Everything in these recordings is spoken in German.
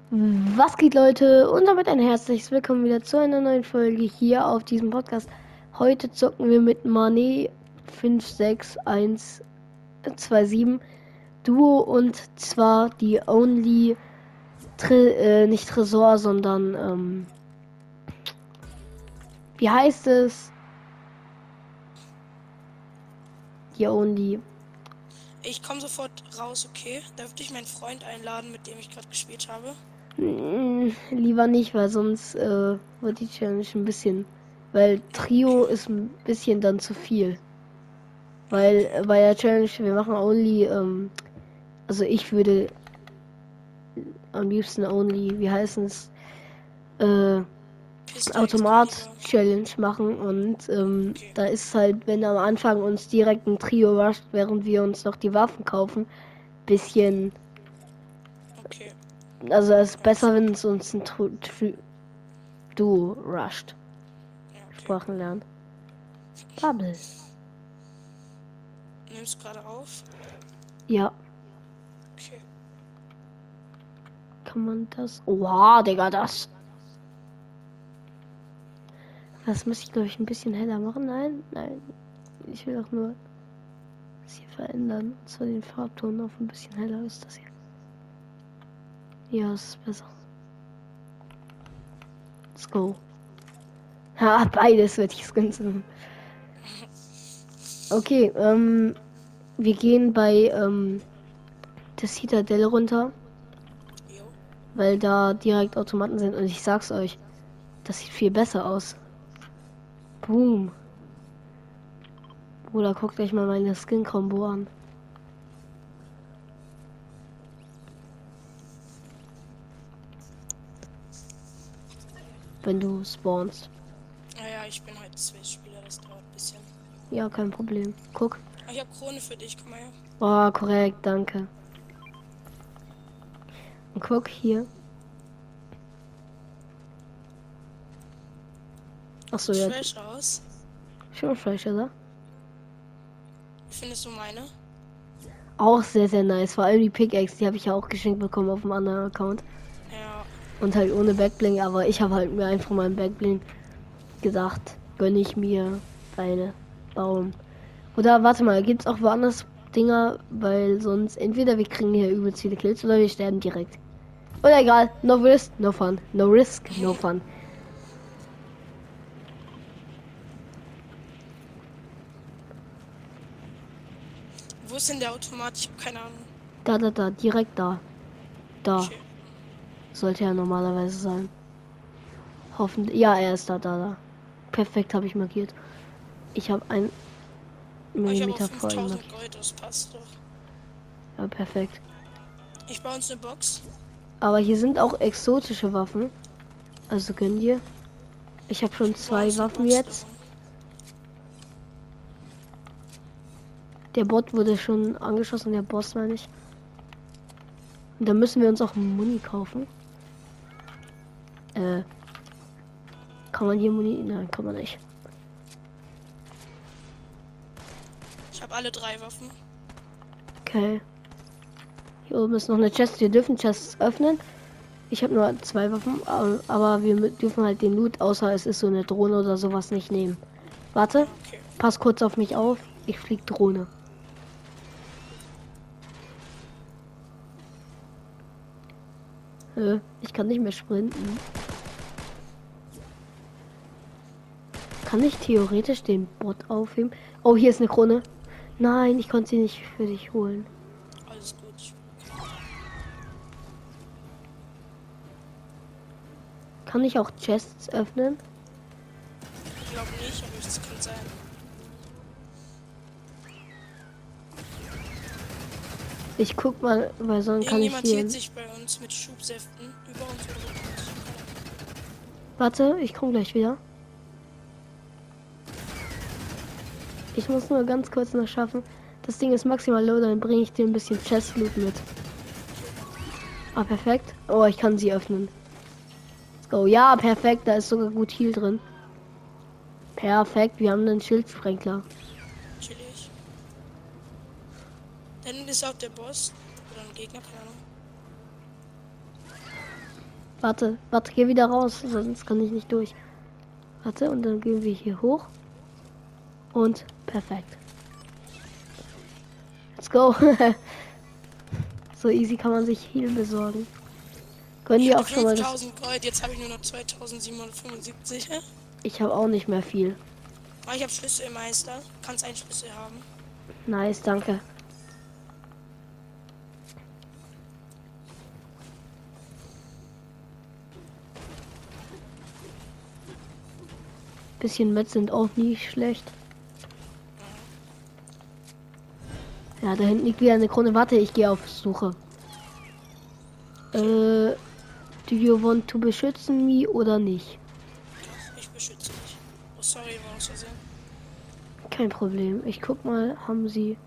Was geht, Leute? Und damit ein herzliches Willkommen wieder zu einer neuen Folge hier auf diesem Podcast. Heute zocken wir mit Mané 56127 Duo, und zwar die Only nicht Tresor, sondern wie heißt es? Die Only. Ich komme sofort raus, okay? Darf ich meinen Freund einladen, mit dem ich gerade gespielt habe? Lieber nicht, weil sonst wird die Challenge ein bisschen. Weil Trio ist ein bisschen dann zu viel. Weil bei der Challenge, wir machen Only, also ich würde am liebsten Only, wie heißt es, Pistol Excalibur. Automat-Challenge machen, und Okay, da ist halt, wenn am Anfang uns direkt ein Trio rusht, während wir uns noch die Waffen kaufen, bisschen, okay. also es ist Weiß. besser, wenn es uns ein Duo rusht. Ja, okay. Sprachen lernen. Bubble. Nimmst du gerade auf? Ja, Okay. kann man das? Oha, Digga, das. Das muss ich, glaube ich, ein bisschen heller machen. Nein, nein. Ich will auch nur das hier verändern. Und zwar den Farbton auf ein bisschen heller ist das hier. Ja, es ist besser. Let's go. Ja, beides wird ich skinsen. Okay, wir gehen bei der Citadel runter, Jo. weil da direkt Automaten sind, und ich sag's euch, das sieht viel besser aus. Boom. Bruder, guckt euch mal meine Skin-Kombo an. Wenn du spawnst. Naja, ich bin halt Switch-Spieler, das dauert ein bisschen. Ja, kein Problem. Guck. Ah, ich habe Krone für dich, komm mal her. Oh, korrekt, danke. Und guck hier. Achso, Sieht ja, fresh aus. schon fresh, oder? Wie findest du meine? Auch sehr, sehr nice. Vor allem die Pickaxe, die habe ich ja auch geschenkt bekommen auf dem anderen Account. Ja, Und halt ohne Backbling, aber ich habe halt mir einfach mal ein Backbling gedacht, gönne ich mir eine. Warum? Oder warte mal, gibt's auch woanders Dinger, weil sonst entweder wir kriegen hier übelst viele Kills oder wir sterben direkt. Oder egal, no risk, no fun. No risk, no fun. wo ist denn der Automat? Ich habe keine Ahnung. Da, direkt da. Da. Okay. Sollte er normalerweise sein. Hoffentlich. Ja, er ist da. Perfekt, habe ich markiert. Ich habe ein Oh, ich habe auch Millimeter vor ihm 5000 markiert. Gold, das passt doch. Ja, perfekt. Ich baue uns eine Box. Aber hier sind auch exotische Waffen. Also gönn dir. Ich habe schon Wir bauen 2 uns eine Waffen Box jetzt. darum. Der Bot wurde schon angeschossen, der Boss meine ich. Und da müssen wir uns auch Muni kaufen. Kann man hier Muni? Nein, kann man nicht. Ich habe alle 3 Waffen. Okay. Hier oben ist noch eine Chest. Wir dürfen Chests öffnen. Ich habe nur 2 Waffen, aber wir dürfen halt den Loot, außer es ist so eine Drohne oder sowas, nicht nehmen. Warte, Ja, okay. pass kurz auf mich auf. Ich flieg Drohne. Ich kann nicht mehr sprinten. Kann ich theoretisch den Bot aufheben? Oh, hier ist eine Krone. Nein, ich konnte sie nicht für dich holen. Alles gut. Kann ich auch Chests öffnen? Ich glaube nicht, aber es kann sein. Ich guck mal, weil sonst kann ich Irgendjemand hier. hielt sich bei uns mit Schubsäften über uns oder so. Warte, ich komme gleich wieder. Ich muss nur ganz kurz noch schaffen. Das Ding ist maximal low, dann bringe ich dir ein bisschen Chest-Loot mit. Ah, perfekt. Oh, ich kann sie öffnen. Let's go. Ja, perfekt. Da ist sogar gut Heal drin. Perfekt. Wir haben einen Schildsprenkler. Chillig. Dann ist auch der Boss. Oder ein Gegner, keine Ahnung. Warte, geh wieder raus, sonst kann ich nicht durch. Warte, und dann gehen wir hier hoch. Und perfekt. Let's go. So easy kann man sich Heal besorgen. Können Ich die hatte auch schon mal das... 5000 Gold, jetzt habe ich nur noch 2775. Ich habe auch nicht mehr viel. Aber ich habe Schlüsselmeister. Kannst einen Schlüssel haben. Nice, danke. Bisschen Metz sind auch nie schlecht. Ja, da hinten liegt wieder eine Krone. Warte, ich gehe auf Suche. Do you want to beschützen me oder nicht? Doch, ich beschütze dich. Oh, sorry, war aus Versehen. Kein Problem. Ich guck mal, haben sie...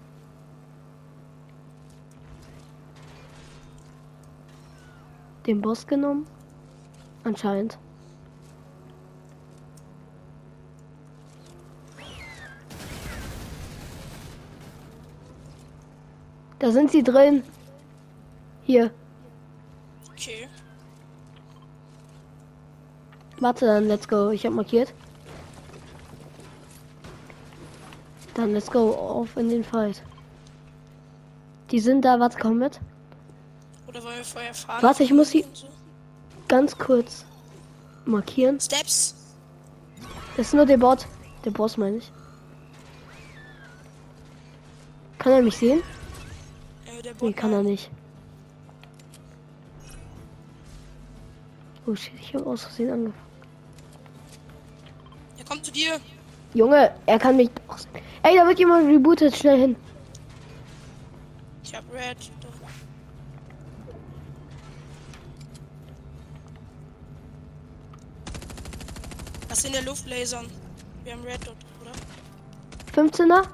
den Boss genommen? Anscheinend. Da sind sie drin. Hier. Okay. Warte, dann let's go. Ich habe markiert. Dann let's go. Auf in den Fight. Die sind da. Warte, komm mit. Oder wollen wir vorher fahren? Warte, ich muss sie So. ganz kurz markieren. Steps. Das ist nur der Bot. Der Boss meine ich. Kann er mich sehen? Der Bot Nee, kann er nicht. Oh shit, ich habe aus Versehen angefangen. Er kommt zu dir. Junge, er kann mich doch sehen. Ey, da wird jemand rebootet. Schnell hin. Ich hab Red. Doch. Was in der Luft lasern? Wir haben Red dort, oder? 15er.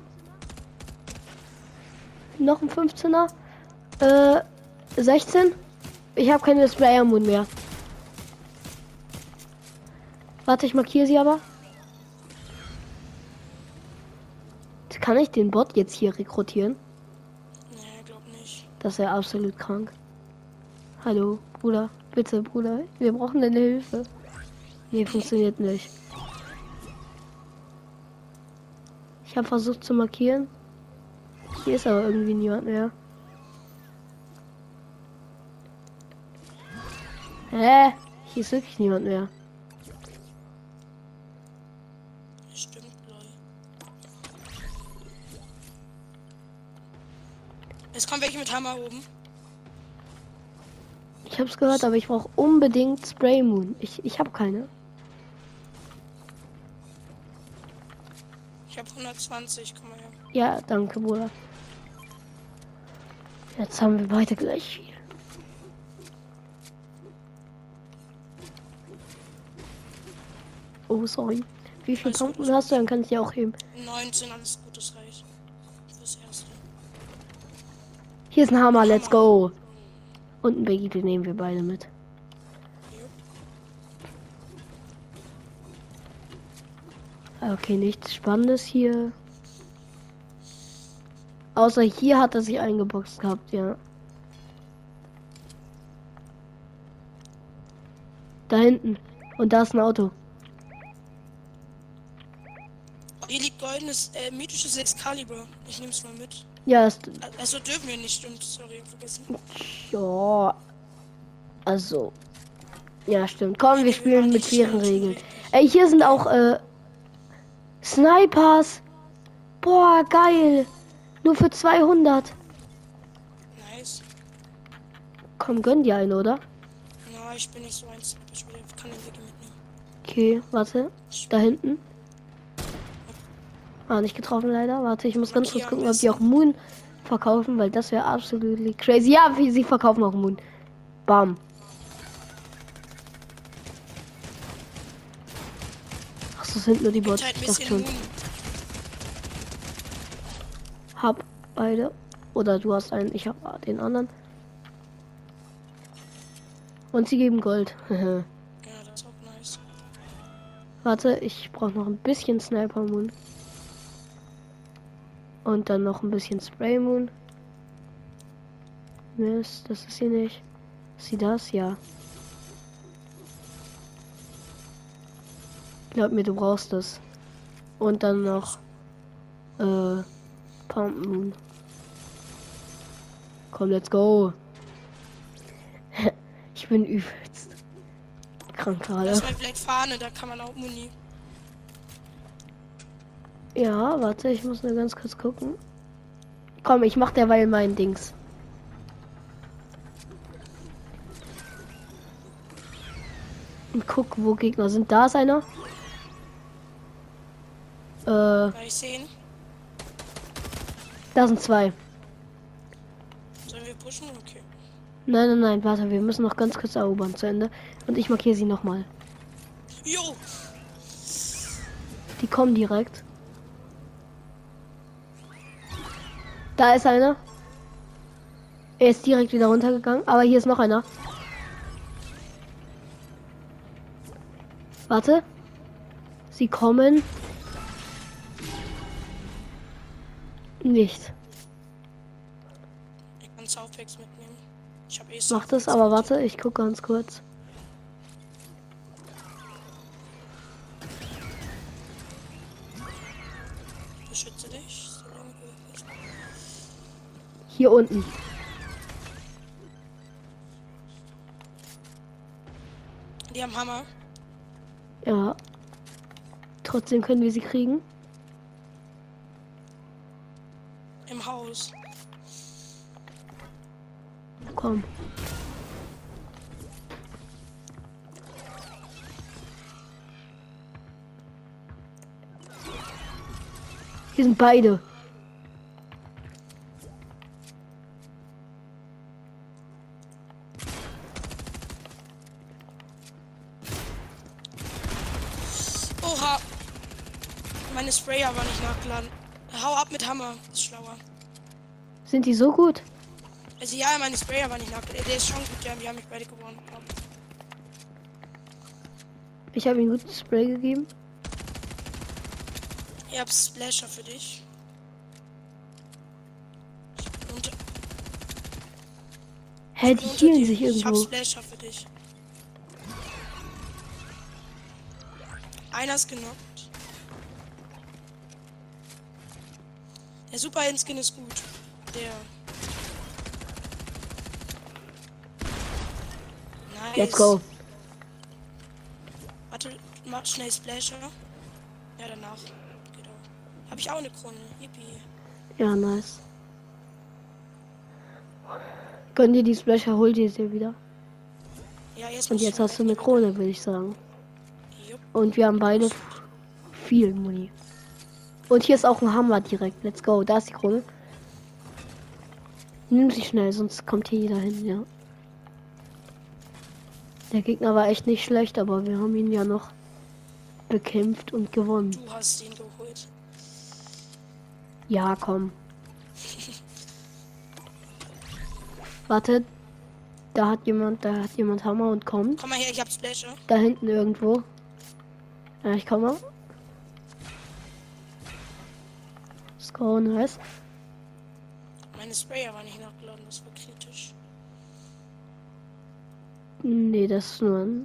Noch ein 15er. 16. Ich habe keine Sprayer-Moon mehr. Warte, ich markiere sie aber. Kann ich den Bot jetzt hier rekrutieren? Nee, glaub nicht. Das ist ja absolut krank. Hallo, Bruder. Bitte, Bruder. Wir brauchen deine Hilfe. Nee, funktioniert nicht. Ich habe versucht zu markieren. Hier ist aber irgendwie niemand mehr. Hä? Hier ist wirklich niemand mehr. Stimmt, lol. Es kommt welche mit Hammer oben. Ich hab's gehört, aber ich brauche unbedingt Spray Moon. Ich habe keine. Ich habe 120, komm mal her. Ja, danke, Bruder. Jetzt haben wir beide gleich viel. Oh, sorry. Wie viel Alles gut, Pumpen hast du? Dann kann ich dir auch heben. 19, alles gut, das reicht. Fürs Erste. Hier ist ein Hammer, let's go. Und ein Biggie, den nehmen wir beide mit. Okay, nichts Spannendes hier. Außer hier hat er sich eingeboxt gehabt, ja. Da hinten. Und da ist ein Auto. Hier liegt goldenes, mythisches Excalibur. Ich nehm's mal mit. Ja, ist, Also dürfen wir nicht, stimmt. Sorry, vergessen. ja. Also. Ja, stimmt. Komm, wir spielen mit fairen Regeln. Ey, hier sind auch, Snipers. Boah, geil. Nur für 200. Nice. Komm, gönn dir einen, oder? Na, ich bin nicht so ein Sniper-Spieler. Ich kann den Wiki mitnehmen. Okay, warte. Da hinten. Ah, nicht getroffen leider. Warte, ich muss ganz kurz gucken, ob die auch Moon verkaufen, weil das wäre absolut crazy. Ja, sie verkaufen auch Moon. Bam. Ach, so sind nur die Bots. Halt ein Ich dachte bisschen schon. Moon. Hab beide. Oder du hast einen, ich hab den anderen. Und sie geben Gold. Ja, das ist auch nice. Warte, ich brauche noch ein bisschen Sniper Moon. Und dann noch ein bisschen Spray Moon. Mist, das ist sie nicht. Ist sie das? Ja. Glaub mir, du brauchst es. Und dann noch Pump Moon. Komm, let's go. Ich bin übelst krank gerade. Das war vielleicht Fahne, da kann man auch Muni. Ja, warte, ich muss nur ganz kurz gucken. Komm, ich mach derweil mein Dings. Und guck, wo Gegner sind. Da ist einer. Kann ich sehen? Da sind zwei. Sollen wir pushen? Okay. Nein, nein, nein, warte, wir müssen noch ganz kurz erobern zu Ende. Und ich markiere sie nochmal. Jo! Die kommen direkt. Da ist einer. Er ist direkt wieder runtergegangen, aber hier ist noch einer. Warte. Sie kommen. Nicht. Ich kann Soundpacks mitnehmen. Ich habe Mach das, aber warte, ich gucke ganz kurz. Beschütze dich, solange du nicht. Hier unten. Die haben Hammer. Ja. Trotzdem können wir sie kriegen. Im Haus. Komm. Hier sind beide. Oha! Meine Sprayer war nicht nachgeladen. Hau ab mit Hammer. Ist schlauer. Sind die so gut? Also ja, meine Sprayer war nicht nachgeladen. Der ist schon gut, ja. Wir haben mich beide gewonnen. Ich habe ihm gutes Spray gegeben. Ich hab Splasher für dich. Und Hä, die healen sich ich hab irgendwo. Splasher für dich. Einer ist genockt. Der Super-Skin ist gut. Der. Nice. Let's go. Warte, mach schnell Splasher. Ja, danach. Genau. Hab ich auch eine Krone. Yippie. Ja, nice. Gönn dir die Splasher, hol dir sie wieder. Ja, jetzt Und muss jetzt ich hast du eine Krone, würde ich sagen. Jupp. Und wir haben beide viel Muni. Und hier ist auch ein Hammer direkt. Let's go. Da ist die Krone. Nimm sie schnell, sonst kommt hier jeder hin, ja. Der Gegner war echt nicht schlecht, aber wir haben ihn ja noch bekämpft und gewonnen. Du hast ihn geholt. Ja, komm. Warte. Da hat jemand Hammer und kommt. Komm mal her, ich hab Splasher. Da hinten irgendwo. Ja, ich komme. Score, nice. Meine Sprayer war nicht nachgeladen, das war kritisch. Nee, das ist nur ein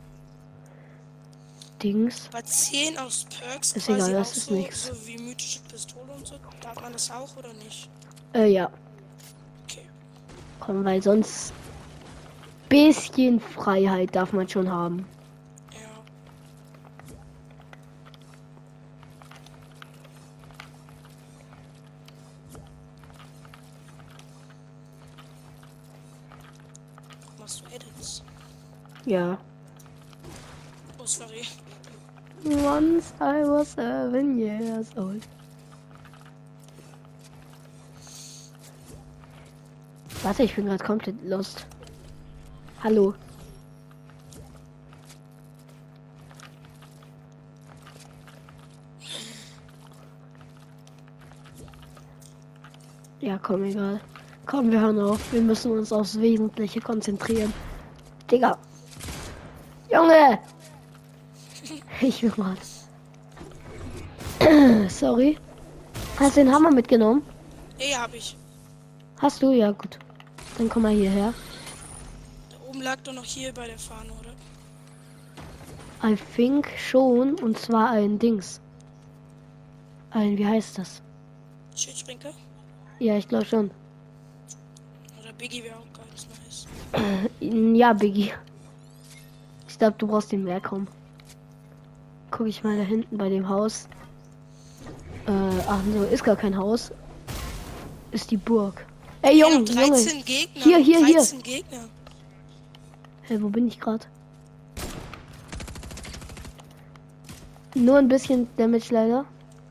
Dings. Aber 10 aus Perks Ist quasi egal, auch das ist so, nix. so wie mythische Pistole und so. Darf man das auch oder nicht? Ja. Okay. Komm, weil sonst bisschen Freiheit darf man schon haben. Ja. Machst du Edits? Ja. Oh, sorry. Once I was 7 years old. Warte, ich bin gerade komplett lost. Hallo. Ja, komm, egal. Komm, wir hören auf. Wir müssen uns aufs Wesentliche konzentrieren. Digga. Junge! Ich bin gerade. Sorry. Hast du den Hammer mitgenommen? Ja, hab ich. Hast du? Ja, gut. Dann komm mal hierher. Da oben lag doch noch hier bei der Fahne, oder? I think schon. Und zwar ein Dings. Wie heißt das? Schildsprinker? Ja, ich glaube schon. Oder Biggie wäre auch geil, das nice. Ja, Biggie. Ich glaube, du brauchst den mehr kaum. Guck ich mal da hinten bei dem Haus. Ach so, ist gar kein Haus. Ist die Burg. Ey, Junge, 13 Junge. Gegner. Hier. 13 Gegner. Hey, wo bin ich gerade? Nur ein bisschen Damage leider.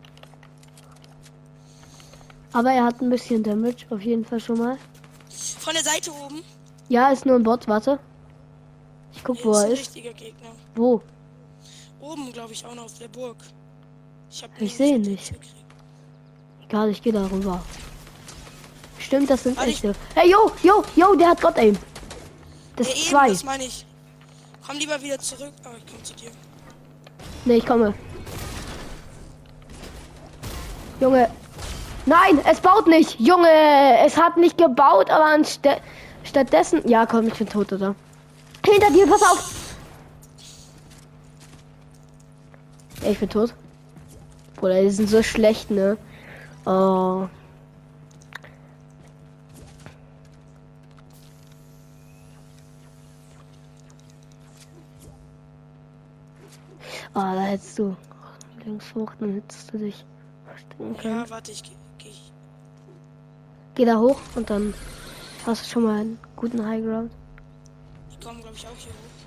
Aber er hat ein bisschen Damage, auf jeden Fall schon mal. Von der Seite oben. Ja, ist nur ein Bot, warte. Ich guck, wo Ist er ein ist. richtiger Gegner. Wo? Oben, glaube ich, auch noch auf der Burg. Ich sehe ihn nicht. Egal, ich gehe da rüber. Stimmt, das sind Warte, echte. Hey, yo, der hat Gott Aim. Das ist zwei. Das meine ich. Komm lieber wieder zurück. Oh, ich komme zu dir. Ne, ich komme. Junge. Nein, es baut nicht. Junge, es hat nicht gebaut, aber stattdessen... Ja, komm, ich bin tot, oder? Hinter dir, pass auf. Ey, ich bin tot. Bruder, die sind so schlecht, ne? Oh. Ah, da hättest du links hoch, dann hättest du dich verstecken können. Ja, warte, ich gehe. Geh da hoch und dann hast du schon mal einen guten High Ground. Ich komme, glaube ich, auch hier hoch.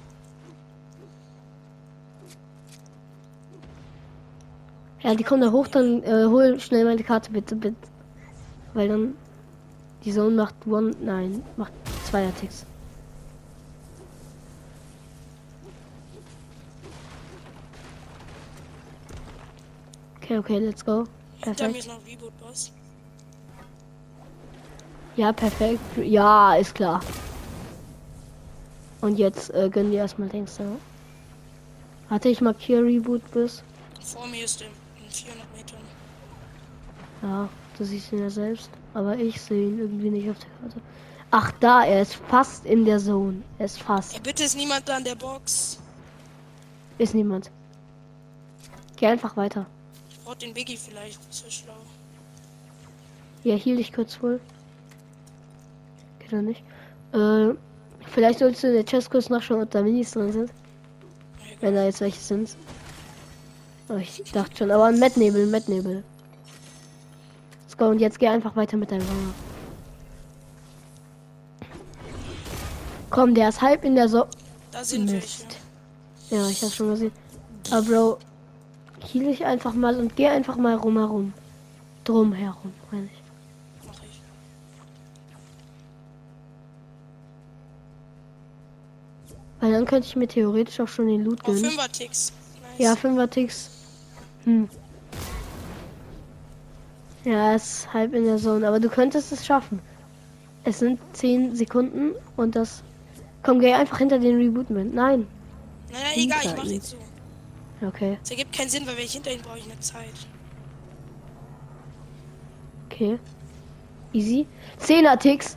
Ja, die kommen da hoch, dann hol schnell meine Karte, bitte. Weil dann die Zone macht macht 2er Ticks. Okay, let's go. Hinter mir Perfekt. ist noch Reboot-Boss. Ja, perfekt. Ja, ist klar. Und jetzt gönnen wir erstmal links. Ja. Warte, ich markiere Reboot bis. Vor mir ist der in 400 Metern. Ja, du siehst ihn ja selbst. Aber ich sehe ihn irgendwie nicht auf der Karte. Ach, da, er ist fast in der Zone. Er ist fast. Ey, bitte ist niemand da in der Box. Ist niemand. Geh einfach weiter. Ich brauche den Biggie vielleicht. Das wäre schlau. Ja, hielt ich kurz wohl. Geht doch nicht. Vielleicht solltest du in der Chestkurs nachschauen, ob da Minis drin sind. Ja, Wenn da jetzt welche sind. Oh, ich dachte schon, aber ein Mettnebel. Let's go, und jetzt geh einfach weiter mit deinem Wagen. Komm, der ist halb in der da sind Mist. welche. Ja, ich hab's schon gesehen. Aber Bro, heal dich einfach mal und geh einfach mal drumherum, meine ich. Mach ich. Weil dann könnte ich mir theoretisch auch schon den Loot Auf gönnen. 5er-Ticks. Nice. Ja, 5er Ticks. Ja, er ist halb in der Zone, aber du könntest es schaffen. Es sind 10 Sekunden und das... Komm, geh einfach hinter den Rebootment. Nein. Naja, egal, ich Hinter mach ihm. jetzt so. Okay, Es ergibt keinen Sinn, weil wenn ich hinter ihn brauche ich eine Zeit. okay. Easy. 10er Ticks.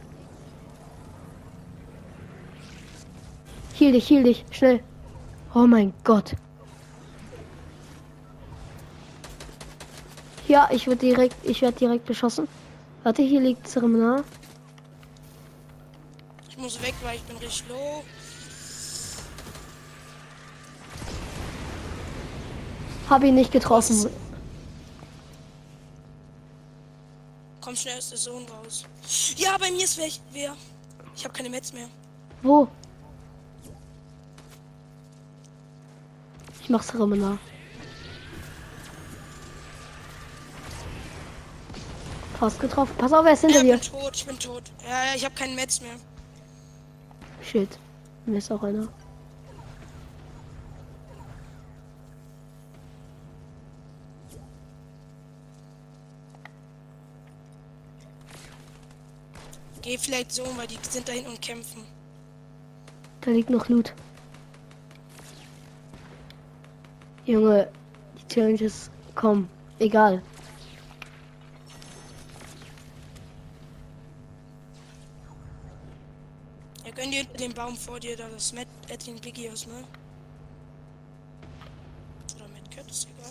Heal dich, schnell. Oh mein Gott. Ja, ich werde direkt beschossen. Warte, hier liegt Seminar. Ich muss weg, weil ich bin richtig low. Hab ihn nicht getroffen. Komm schnell aus der Zone raus. Ja, bei mir ist wer. Ich habe keine Mets mehr. Wo? Ich mach Seminar. Fast getroffen. Pass auf, er ist hinter dir. Ich bin tot. Ja, ich habe keinen Mets mehr. Shit. Mir ist auch einer. Geh vielleicht so, weil die sind da hinten und kämpfen. Da liegt noch Loot. Junge, die Challenges kommen. Egal. Ja, gönn dir den Baum vor dir, da das Matt den Biggie aus, ne? Cat ist egal.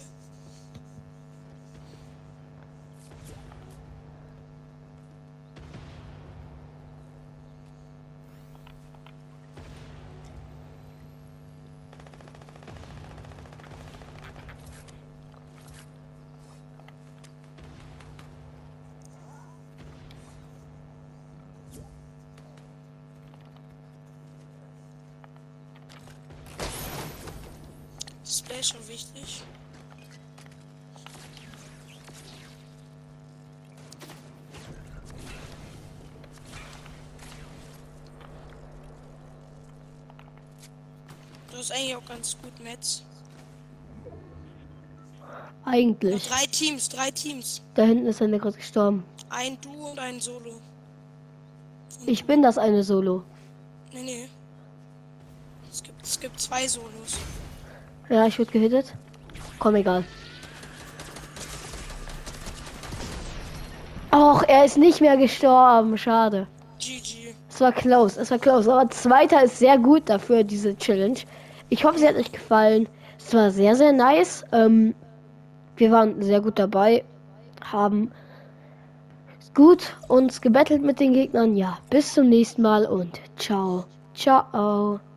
Display ist schon wichtig. Du hast eigentlich auch ganz gut Metz. Eigentlich. Drei Teams. Da hinten ist einer gerade gestorben. Ein Duo und ein Solo. Ich bin das eine Solo. Nee. Es gibt zwei Solos. Ja, ich wurde gehittet. Komm, egal. Och, er ist nicht mehr gestorben. Schade. GG. Es war close. Aber zweiter ist sehr gut dafür, diese Challenge. Ich hoffe, sie hat euch gefallen. Es war sehr, sehr nice. Wir waren sehr gut dabei. Haben gut uns gebettelt mit den Gegnern. Ja, bis zum nächsten Mal und ciao. Ciao.